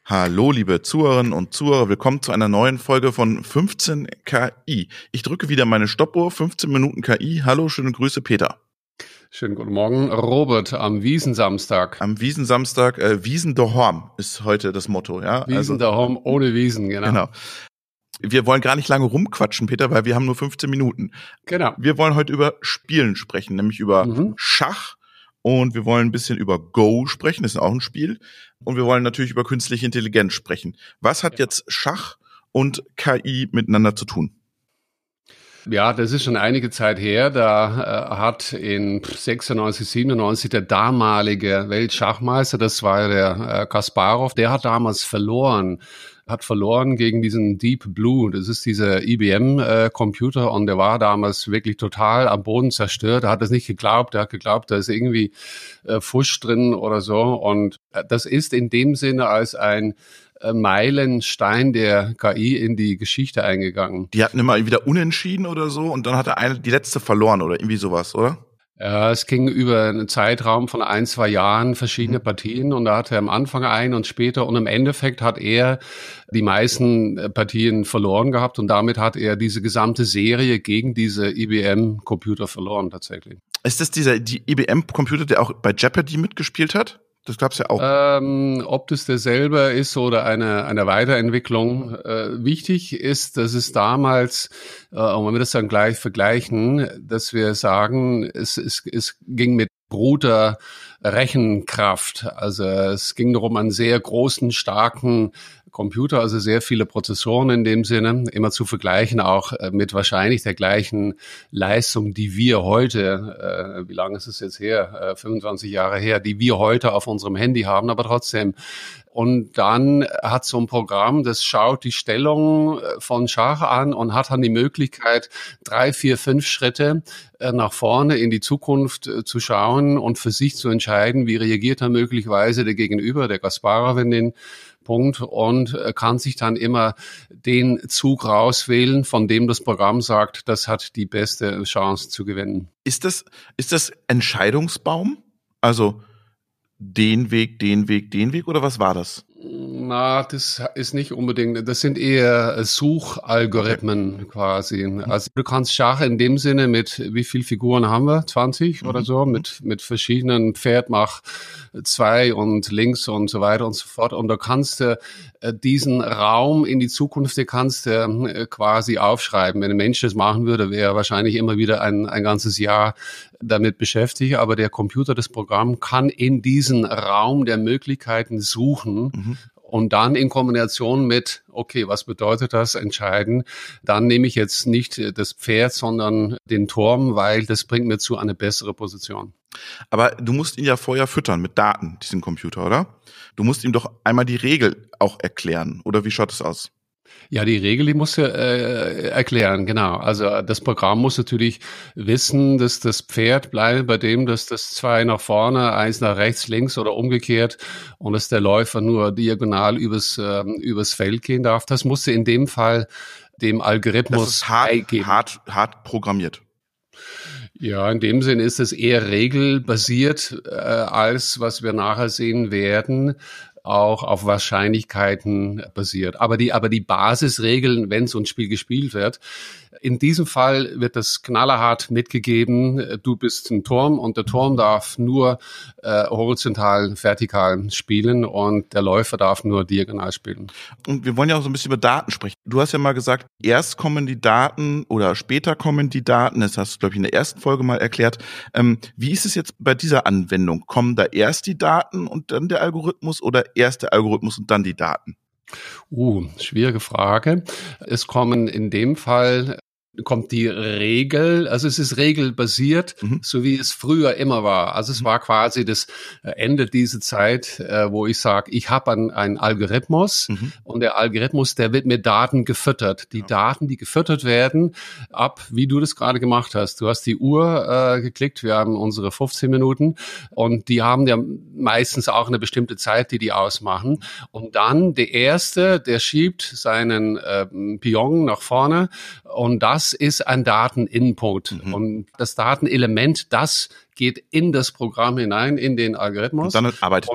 Hallo, liebe Zuhörerinnen und Zuhörer, willkommen zu einer neuen Folge von 15 KI. Ich drücke wieder meine Stoppuhr, 15 Minuten KI. Hallo, schöne Grüße, Peter. Schönen guten Morgen, Robert, am Wiesensamstag. Am Wiesensamstag, Wiesen daheim ist heute das Motto, ja? Wiesen daheim ohne Wiesen, genau. Wir wollen gar nicht lange rumquatschen, Peter, weil wir haben nur 15 Minuten. Genau. Wir wollen heute über Spielen sprechen, nämlich über Schach. Und wir wollen ein bisschen über Go sprechen, das ist auch ein Spiel. Und wir wollen natürlich über künstliche Intelligenz sprechen. Was hat jetzt Schach und KI miteinander zu tun? Ja, das ist schon einige Zeit her. Da hat in 96, 97 der damalige Weltschachmeister, das war der Kasparov, der hat damals verloren gegen diesen Deep Blue. Das ist dieser IBM-Computer und der war damals wirklich total am Boden zerstört. Er hat es nicht geglaubt. Er hat geglaubt, da ist irgendwie Fusch drin oder so. Und das ist in dem Sinne als ein Meilenstein der KI in die Geschichte eingegangen. Die hatten immer wieder unentschieden oder so und dann hat der eine die letzte verloren oder irgendwie sowas, oder? Ja, es ging über einen Zeitraum von 1-2 Jahren verschiedene Partien und da hatte er am Anfang und später und im Endeffekt hat er die meisten Partien verloren gehabt und damit hat er diese gesamte Serie gegen diese IBM-Computer verloren tatsächlich. Ist das die IBM-Computer, der auch bei Jeopardy mitgespielt hat? Das gab's ja auch. Ob das derselbe ist oder eine Weiterentwicklung. Wichtig ist, dass es damals, und wenn wir das dann gleich vergleichen, dass wir sagen, es ging mit bruter Rechenkraft. Also es ging darum, einen sehr großen, starken Computer, also sehr viele Prozessoren in dem Sinne, immer zu vergleichen, auch mit wahrscheinlich der gleichen Leistung, die wir heute, wie lange ist es jetzt her, 25 Jahre her, die wir heute auf unserem Handy haben, aber trotzdem. Und dann hat so ein Programm, das schaut die Stellung von Schach an und hat dann die Möglichkeit, 3, 4, 5 Schritte nach vorne in die Zukunft zu schauen und für sich zu entscheiden, wie reagiert dann möglicherweise der Gegenüber, der Kasparov in den Punkt und kann sich dann immer den Zug rauswählen, von dem das Programm sagt, das hat die beste Chance zu gewinnen. Ist das Entscheidungsbaum? Also den Weg oder was war das? Na, das ist nicht unbedingt, das sind eher Suchalgorithmen quasi. Also du kannst Schach in dem Sinne mit, wie viele Figuren haben wir? 20 oder so, mit verschiedenen Pferd mach 2 und links und so weiter und so fort. Und da kannst du diesen Raum in die Zukunft, den kannst du quasi aufschreiben. Wenn ein Mensch das machen würde, wäre er wahrscheinlich immer wieder ein ganzes Jahr damit beschäftigt. Aber der Computer, das Programm kann in diesen Raum der Möglichkeiten suchen und dann in Kombination mit, okay, was bedeutet das, entscheiden, dann nehme ich jetzt nicht das Pferd, sondern den Turm, weil das bringt mir zu eine bessere Position. Aber du musst ihn ja vorher füttern mit Daten, diesen Computer, oder? Du musst ihm doch einmal die Regel auch erklären, oder wie schaut es aus? Ja, die Regel, die musst du erklären, genau. Also das Programm muss natürlich wissen, dass das Pferd bleibt bei dem, dass das 2 nach vorne, 1 nach rechts, links oder umgekehrt und dass der Läufer nur diagonal übers Feld gehen darf. Das musst du in dem Fall dem Algorithmus eingeben. Hart programmiert. Ja, in dem Sinn ist es eher regelbasiert, als was wir nachher sehen werden, auch auf Wahrscheinlichkeiten basiert. Aber die Basisregeln, wenn so ein Spiel gespielt wird, in diesem Fall wird das knallerhart mitgegeben, du bist ein Turm und der Turm darf nur horizontal, vertikal spielen und der Läufer darf nur diagonal spielen. Und wir wollen ja auch so ein bisschen über Daten sprechen. Du hast ja mal gesagt, erst kommen die Daten oder später kommen die Daten. Das hast du, glaube ich, in der ersten Folge mal erklärt. Wie ist es jetzt bei dieser Anwendung? Kommen da erst die Daten und dann der Algorithmus oder erst der Algorithmus und dann die Daten? Schwierige Frage. Es kommen in dem Fall kommt die Regel, also es ist regelbasiert, so wie es früher immer war. Also es war quasi das Ende dieser Zeit, wo ich sage, ich habe einen Algorithmus und der Algorithmus, der wird mit Daten gefüttert. Die Daten, die gefüttert werden, wie du das gerade gemacht hast. Du hast die Uhr geklickt, wir haben unsere 15 Minuten und die haben ja meistens auch eine bestimmte Zeit, die ausmachen. Und dann der Erste, der schiebt seinen Pion nach vorne und das ist ein Dateninput. Und das Datenelement, das geht in das Programm hinein, in den Algorithmus. Und dann arbeitet er dann.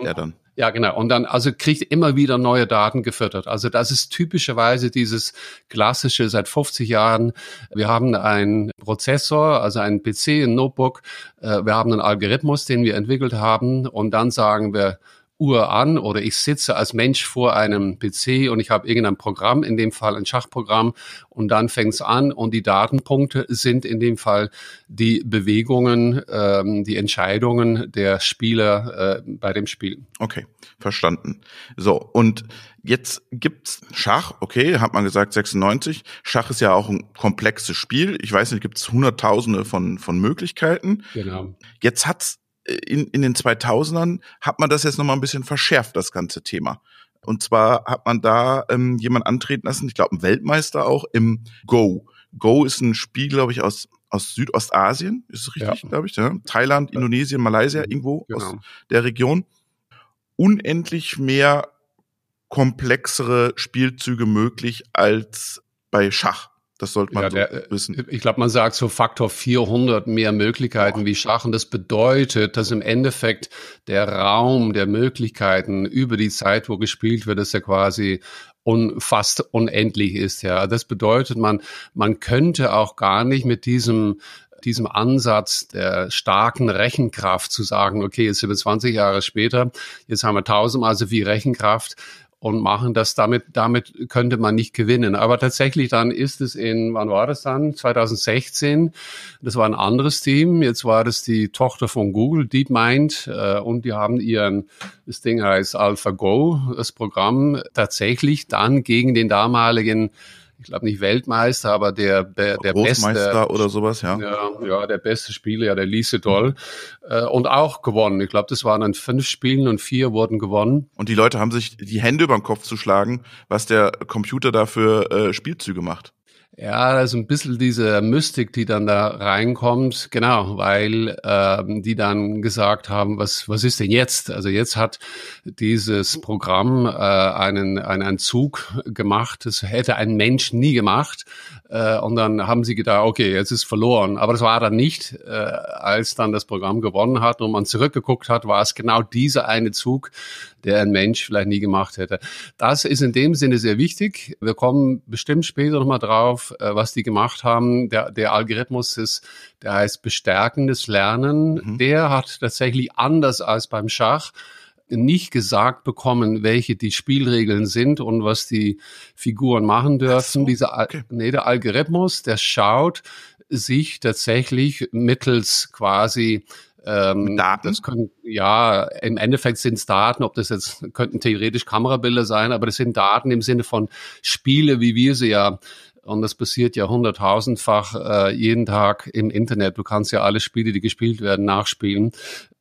Ja, genau. Und dann, also kriegt immer wieder neue Daten gefüttert. Also das ist typischerweise dieses klassische seit 50 Jahren. Wir haben einen Prozessor, also einen PC, ein Notebook. Wir haben einen Algorithmus, den wir entwickelt haben. Und dann sagen wir, Uhr an oder ich sitze als Mensch vor einem PC und ich habe irgendein Programm, in dem Fall ein Schachprogramm, und dann fängt es an und die Datenpunkte sind in dem Fall die Bewegungen, die Entscheidungen der Spieler bei dem Spiel. Okay, verstanden. So, und jetzt gibt's Schach, okay, hat man gesagt 96. Schach ist ja auch ein komplexes Spiel. Ich weiß nicht, gibt's Hunderttausende von Möglichkeiten. Genau. Jetzt hat's in den 2000ern hat man das jetzt nochmal ein bisschen verschärft, das ganze Thema. Und zwar hat man da jemand antreten lassen, ich glaube ein Weltmeister auch, im Go. Go ist ein Spiel, glaube ich, aus Südostasien, ist es richtig, glaube ich, ja? Thailand, Indonesien, Malaysia, irgendwo aus der Region. Unendlich mehr komplexere Spielzüge möglich als bei Schach. Das sollte man wissen. Ich glaube, man sagt so Faktor 400 mehr Möglichkeiten wie Schach. Und das bedeutet, dass im Endeffekt der Raum der Möglichkeiten über die Zeit, wo gespielt wird, ist ja quasi fast unendlich ist. Ja, das bedeutet, man könnte auch gar nicht mit diesem Ansatz der starken Rechenkraft zu sagen, okay, jetzt sind wir 20 Jahre später, jetzt haben wir 1000-mal so viel Rechenkraft und machen das damit könnte man nicht gewinnen. Aber tatsächlich dann ist es wann war das dann? 2016. Das war ein anderes Team. Jetzt war das die Tochter von Google, DeepMind, und die haben das Ding heißt AlphaGo, das Programm tatsächlich dann gegen den damaligen, ich glaube nicht Weltmeister, aber der Großmeister beste oder sowas, ja. Ja, der beste Spieler, der Lee Sedol, und auch gewonnen. Ich glaube, das waren dann 5 Spielen und 4 wurden gewonnen. Und die Leute haben sich die Hände über den Kopf zu schlagen, was der Computer da für Spielzüge macht. Ja, das ist ein bisschen diese Mystik, die dann da reinkommt, genau, weil die dann gesagt haben, was ist denn jetzt? Also jetzt hat dieses Programm einen Zug gemacht, das hätte ein Mensch nie gemacht, und dann haben sie gedacht, okay, jetzt ist verloren. Aber das war dann nicht, als dann das Programm gewonnen hat und man zurückgeguckt hat, war es genau dieser eine Zug, der ein Mensch vielleicht nie gemacht hätte. Das ist in dem Sinne sehr wichtig. Wir kommen bestimmt später nochmal drauf, was die gemacht haben. Der Algorithmus der heißt bestärkendes Lernen. Der hat tatsächlich anders als beim Schach nicht gesagt bekommen, welche die Spielregeln sind und was die Figuren machen dürfen. Der Algorithmus, der schaut sich tatsächlich mittels quasi Daten? Das können, ja, im Endeffekt sind es Daten, könnten theoretisch Kamerabilder sein, aber das sind Daten im Sinne von Spiele, wie wir sie ja, und das passiert ja 100.000-fach jeden Tag im Internet. Du kannst ja alle Spiele, die gespielt werden, nachspielen.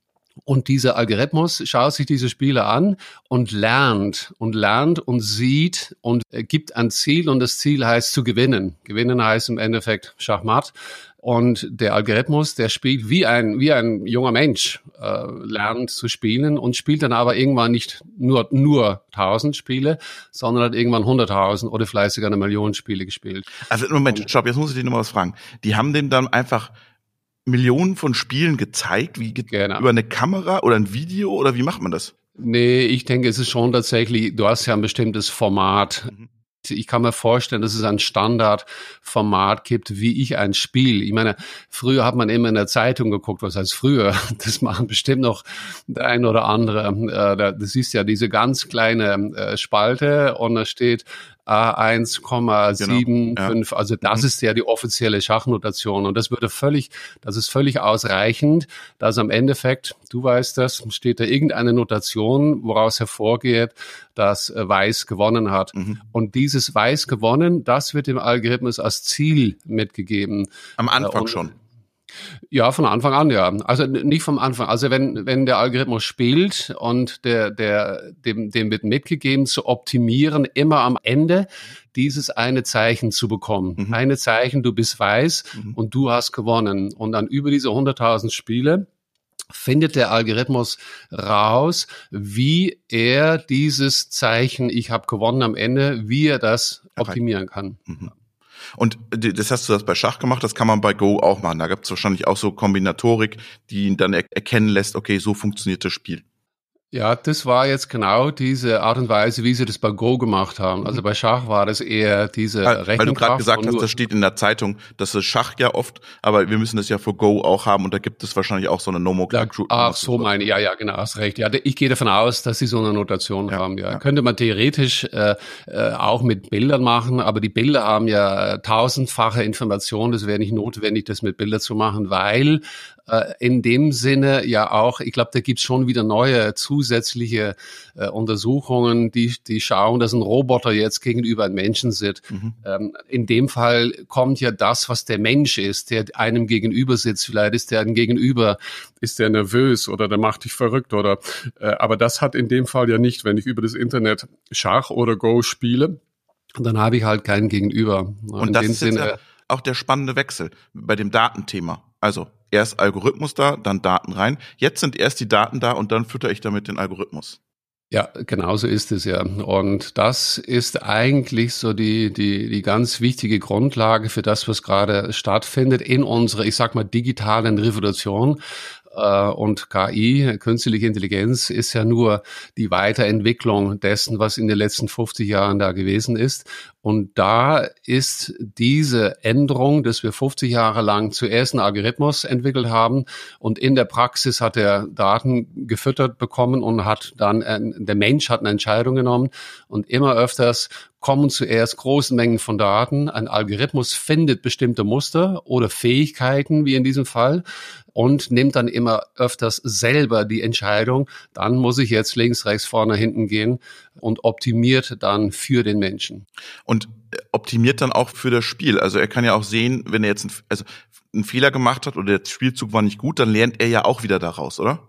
Und dieser Algorithmus schaut sich diese Spiele an und lernt und sieht und gibt ein Ziel, und das Ziel heißt zu gewinnen. Gewinnen heißt im Endeffekt Schachmatt. Und der Algorithmus, der spielt wie ein junger Mensch, lernt zu spielen und spielt dann aber irgendwann nicht nur 1000 Spiele, sondern hat irgendwann 100.000 oder vielleicht sogar 1 Million Spiele gespielt. Also Moment, stopp, jetzt muss ich dich noch mal was fragen. Die haben dem dann einfach Millionen von Spielen gezeigt, über eine Kamera oder ein Video, oder wie macht man das? Nee, ich denke, es ist schon tatsächlich, du hast ja ein bestimmtes Format. Ich kann mir vorstellen, dass es ein Standardformat gibt, wie ich ein Spiel. Ich meine, früher hat man immer in der Zeitung geguckt, was heißt früher? Das machen bestimmt noch der ein oder andere. Das ist ja diese ganz kleine Spalte und da steht A1,75, genau, ja. Also das ist ja die offizielle Schachnotation, und das ist völlig ausreichend, dass am Endeffekt, du weißt das, steht da irgendeine Notation, woraus hervorgeht, dass Weiß gewonnen hat. Und dieses Weiß gewonnen, das wird dem Algorithmus als Ziel mitgegeben. Am Anfang schon. Ja, von Anfang an, ja. Also nicht vom Anfang. Also wenn der Algorithmus spielt und dem wird mitgegeben, zu optimieren, immer am Ende dieses eine Zeichen zu bekommen. Eine Zeichen, du bist weiß und du hast gewonnen. Und dann über diese 100.000 Spiele findet der Algorithmus raus, wie er dieses Zeichen, ich habe gewonnen am Ende, wie er das optimieren kann. Und das hast du bei Schach gemacht, das kann man bei Go auch machen. Da gibt es wahrscheinlich auch so Kombinatorik, die ihn dann erkennen lässt, okay, so funktioniert das Spiel. Ja, das war jetzt genau diese Art und Weise, wie sie das bei Go gemacht haben. Also bei Schach war das eher diese Weil du gerade Rechenkraft gesagt und hast, nur, das steht in der Zeitung, das ist Schach ja oft, aber wir müssen das ja für Go auch haben und da gibt es wahrscheinlich auch so eine ach so meine, ja, ja, genau, hast recht. Ja, ich gehe davon aus, dass sie so eine Notation haben. Ja, könnte man theoretisch auch mit Bildern machen, aber die Bilder haben ja tausendfache Informationen. Das wäre nicht notwendig, das mit Bildern zu machen, weil in dem Sinne ja auch, ich glaube, da gibt's schon wieder neue zusätzliche Untersuchungen, die schauen, dass ein Roboter jetzt gegenüber einem Menschen sitzt. In dem Fall kommt ja das, was der Mensch ist, der einem gegenüber sitzt. Vielleicht ist der ein Gegenüber, ist der nervös oder der macht dich verrückt oder, aber das hat in dem Fall ja nicht, wenn ich über das Internet Schach oder Go spiele, dann habe ich halt keinen Gegenüber. Und das ist jetzt ja auch der spannende Wechsel bei dem Datenthema. Also erst Algorithmus da, dann Daten rein. Jetzt sind erst die Daten da und dann fütter ich damit den Algorithmus. Ja, genau so ist es ja. Und das ist eigentlich so die ganz wichtige Grundlage für das, was gerade stattfindet in unserer, ich sag mal, digitalen Revolution. Und KI, künstliche Intelligenz, ist ja nur die Weiterentwicklung dessen, was in den letzten 50 Jahren da gewesen ist. Und da ist diese Änderung, dass wir 50 Jahre lang zuerst einen Algorithmus entwickelt haben und in der Praxis hat er Daten gefüttert bekommen und hat dann, der Mensch hat eine Entscheidung genommen und immer öfters kommen zuerst große Mengen von Daten. Ein Algorithmus findet bestimmte Muster oder Fähigkeiten, wie in diesem Fall, und nimmt dann immer öfters selber die Entscheidung. Dann muss ich jetzt links, rechts, vorne, hinten gehen und optimiert dann für den Menschen. Und optimiert dann auch für das Spiel. Also er kann ja auch sehen, wenn er jetzt einen Fehler gemacht hat oder der Spielzug war nicht gut, dann lernt er ja auch wieder daraus, oder?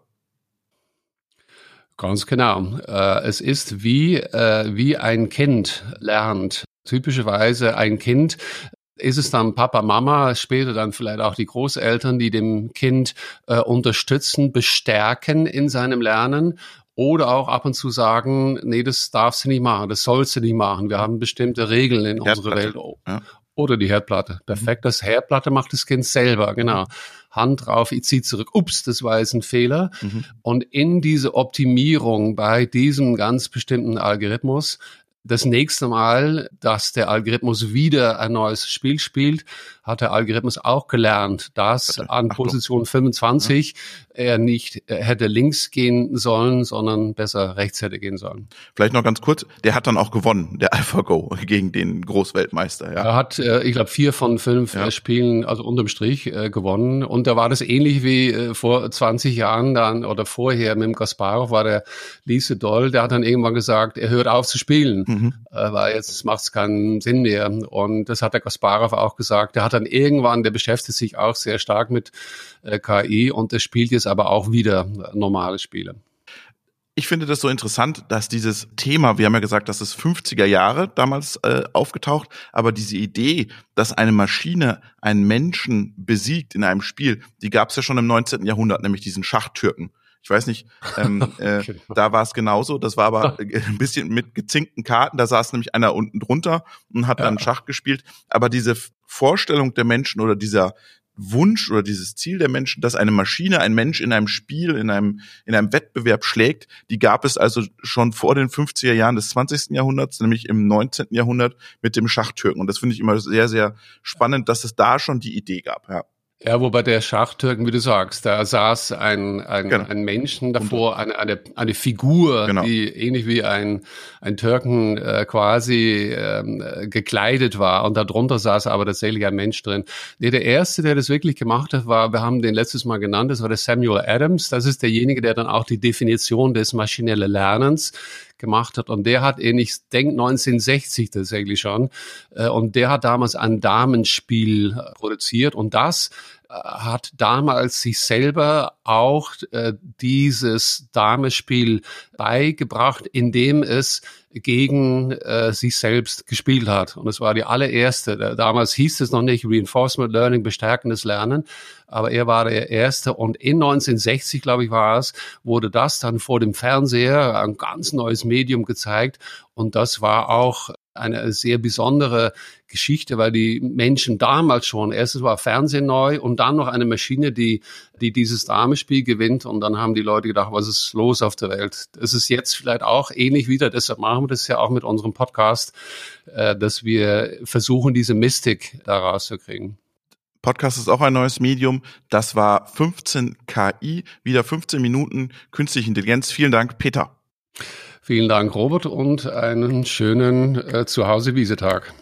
Ganz genau. Es ist wie ein Kind lernt. Typischerweise ein Kind ist es dann Papa, Mama, später dann vielleicht auch die Großeltern, die dem Kind unterstützen, bestärken in seinem Lernen. Oder auch ab und zu sagen, nee, das darfst du nicht machen, das sollst du nicht machen. Wir haben bestimmte Regeln in unserer Welt. Ja. Oder die Herdplatte. Perfekt, das Herdplatte macht das Kind selber, genau. Hand drauf, ich ziehe zurück. Ups, das war jetzt ein Fehler. Und in diese Optimierung bei diesem ganz bestimmten Algorithmus, das nächste Mal, dass der Algorithmus wieder ein neues Spiel spielt, hat der Algorithmus auch gelernt, dass an Position 25 er nicht hätte links gehen sollen, sondern besser rechts hätte gehen sollen. Vielleicht noch ganz kurz, der hat dann auch gewonnen, der AlphaGo gegen den Großweltmeister. Ja. Er hat, ich glaube, 4 von 5 Spielen, also unterm Strich, gewonnen. Und da war das ähnlich wie vor 20 Jahren dann oder vorher mit dem Kasparov, war der Lise Doll, der hat dann irgendwann gesagt, er hört auf zu spielen, weil jetzt macht es keinen Sinn mehr. Und das hat der Kasparov auch gesagt. Der hat dann irgendwann, der beschäftigt sich auch sehr stark mit KI und der spielt jetzt aber auch wieder normale Spiele. Ich finde das so interessant, dass dieses Thema, wir haben ja gesagt, das ist 50er Jahre damals aufgetaucht, aber diese Idee, dass eine Maschine einen Menschen besiegt in einem Spiel, die gab es ja schon im 19. Jahrhundert, nämlich diesen Schachtürken. Ich weiß nicht, da war es genauso. Das war aber ein bisschen mit gezinkten Karten. Da saß nämlich einer unten drunter und hat dann Schach gespielt. Aber diese Vorstellung der Menschen oder dieser Wunsch oder dieses Ziel der Menschen, dass eine Maschine ein Mensch in einem Spiel, in einem Wettbewerb schlägt, die gab es also schon vor den 50er Jahren des 20. Jahrhunderts, nämlich im 19. Jahrhundert mit dem Schachtürken. Und das finde ich immer sehr, sehr spannend, dass es da schon die Idee gab, ja. Ja, wobei der Schachtürken, wie du sagst, da saß ein Menschen davor, eine Figur, die ähnlich wie ein Türken quasi gekleidet war und darunter saß aber tatsächlich ein Mensch drin. Der erste, der das wirklich gemacht hat, wir haben den letztes Mal genannt, das war der Samuel Adams. Das ist derjenige, der dann auch die Definition des maschinellen Lernens gemacht hat. Und der hat ich denke 1960 tatsächlich schon, und der hat damals ein Damenspiel produziert und das hat damals sich selber auch dieses Damenspiel beigebracht, indem es gegen sich selbst gespielt hat. Und es war die allererste. Damals hieß es noch nicht Reinforcement Learning, bestärkendes Lernen, aber er war der Erste. Und in 1960, glaube ich, war es, wurde das dann vor dem Fernseher, ein ganz neues Medium gezeigt. Und das war auch eine sehr besondere Geschichte, weil die Menschen damals schon, erstens war Fernsehen neu und dann noch eine Maschine, die dieses Damenspiel gewinnt, und dann haben die Leute gedacht, was ist los auf der Welt? Es ist jetzt vielleicht auch ähnlich wieder, deshalb machen wir das ja auch mit unserem Podcast, dass wir versuchen, diese Mystik da rauszukriegen. Podcast ist auch ein neues Medium. Das war 15 KI, wieder 15 Minuten künstliche Intelligenz. Vielen Dank, Peter. Vielen Dank, Robert, und einen schönen Zuhause-Wiese-Tag.